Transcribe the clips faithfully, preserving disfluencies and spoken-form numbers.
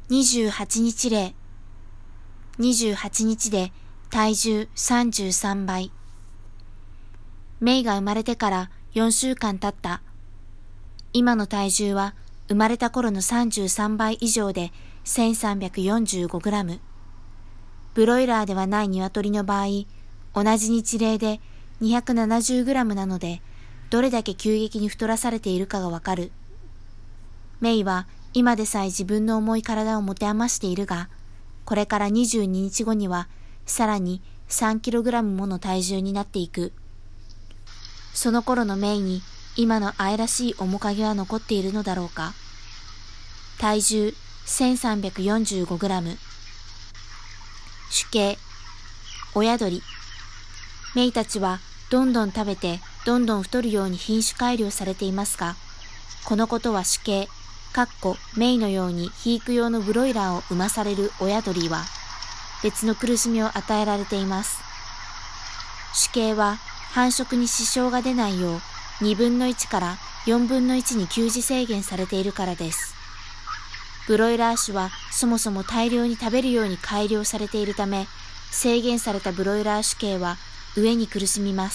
にじゅうはちにち例。にじゅうはちにちで体重さんじゅうさんばい。メイが生まれてからよんしゅうかん経った。今の体重は生まれた頃のさんじゅうさんばい以上で せんさんびゃくよんじゅうごグラム。ブロイラーではない鶏の場合、同じ日例でにひゃくななじゅうグラムなので、どれだけ急激に太らされているかがわかる。メイは今でさえ自分の重い体を持て余しているが、これからにじゅうににちごにはさらにさんキログラムもの体重になっていく。その頃のメイに今の愛らしい面影は残っているのだろうか。体重せんさんびゃくよんじゅうごグラム。主形、親鳥。メイたちはどんどん食べてどんどん太るように品種改良されていますが、このことは主形、かっこメイのように肥育用のブロイラーを産まされる親鳥は別の苦しみを与えられています。主形は繁殖に支障が出ないようにぶんのいちからよんぶんのいちに給仕制限されているからです。ブロイラー種はそもそも大量に食べるように改良されているため、制限されたブロイラー種系は飢えに苦しみます。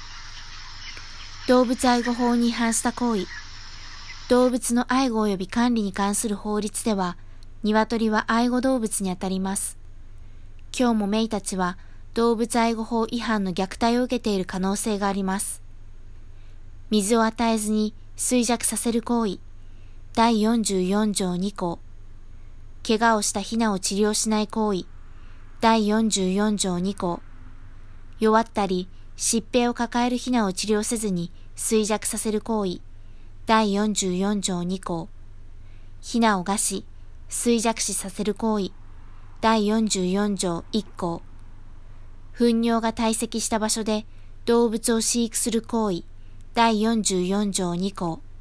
動物愛護法に違反した行為。動物の愛護及び管理に関する法律では、鶏は愛護動物にあたります。今日もメイたちは動物愛護法違反の虐待を受けている可能性があります。水を与えずに衰弱させる行為。だいよんじゅうよんじょうにこう。怪我をしたヒナを治療しない行為。だいよんじゅうよんじょうにこう。弱ったり疾病を抱えるヒナを治療せずに衰弱させる行為。だいよんじゅうよんじょうにこう。ヒナを餓死、衰弱死させる行為。だいよんじゅうよんじょういっこう。糞尿が堆積した場所で動物を飼育する行為。だいよんじゅうよんじょうにこう。